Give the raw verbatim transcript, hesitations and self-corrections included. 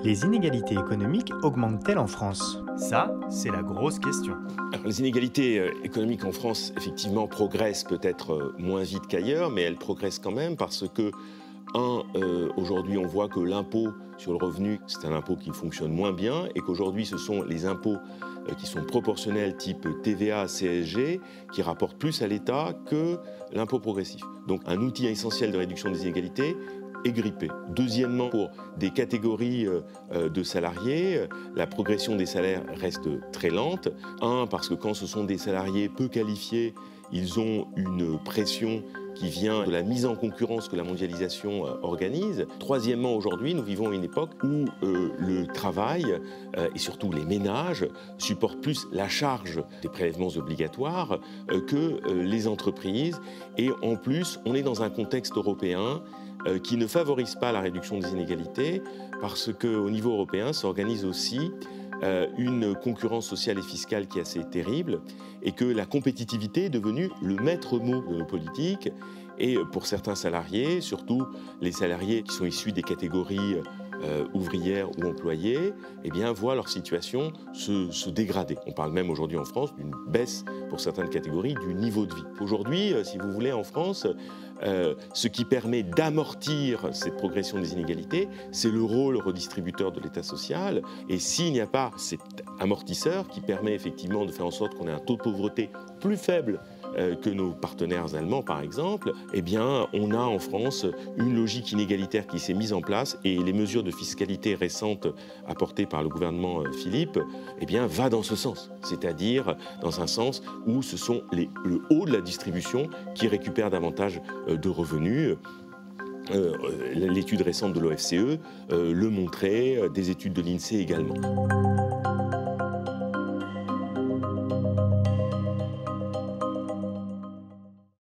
Les inégalités économiques augmentent-elles en France? Ça, c'est la grosse question. Alors, les inégalités euh, économiques en France, effectivement, progressent peut-être euh, moins vite qu'ailleurs, mais elles progressent quand même parce que, un, euh, aujourd'hui, on voit que l'impôt sur le revenu, c'est un impôt qui fonctionne moins bien et qu'aujourd'hui, ce sont les impôts euh, qui sont proportionnels, type T V A, C S G, qui rapportent plus à l'État que l'impôt progressif. Donc, un outil essentiel de réduction des inégalités est grippé. Deuxièmement, pour des catégories euh, de salariés, euh, la progression des salaires reste très lente. Un, parce que quand ce sont des salariés peu qualifiés, ils ont une pression qui vient de la mise en concurrence que la mondialisation euh, organise. Troisièmement, aujourd'hui, nous vivons une époque où euh, le travail euh, et surtout les ménages supportent plus la charge des prélèvements obligatoires euh, que euh, les entreprises. Et en plus, on est dans un contexte européen euh, qui ne favorise pas la réduction des inégalités parce qu'au niveau européen s'organise aussi Euh, une concurrence sociale et fiscale qui est assez terrible et que la compétitivité est devenue le maître mot de nos politiques. Et pour certains salariés, surtout les salariés qui sont issus des catégories euh, ouvrières ou employées, eh bien, voient leur situation se, se dégrader. On parle même aujourd'hui en France d'une baisse pour certaines catégories du niveau de vie. Aujourd'hui, euh, si vous voulez, en France, Euh, ce qui permet d'amortir cette progression des inégalités, c'est le rôle redistributeur de l'État social. Et s'il n'y a pas cet amortisseur qui permet effectivement de faire en sorte qu'on ait un taux de pauvreté plus faible euh, que nos partenaires allemands, par exemple, eh bien, on a en France une logique inégalitaire qui s'est mise en place et les mesures de fiscalité récentes apportées par le gouvernement euh, Philippe, eh bien, va dans ce sens. C'est-à-dire dans un sens où ce sont les, le haut de la distribution qui récupère davantage de revenus. Euh, l'étude récente de l'O F C E euh, le montrait, des études de l'INSEE également.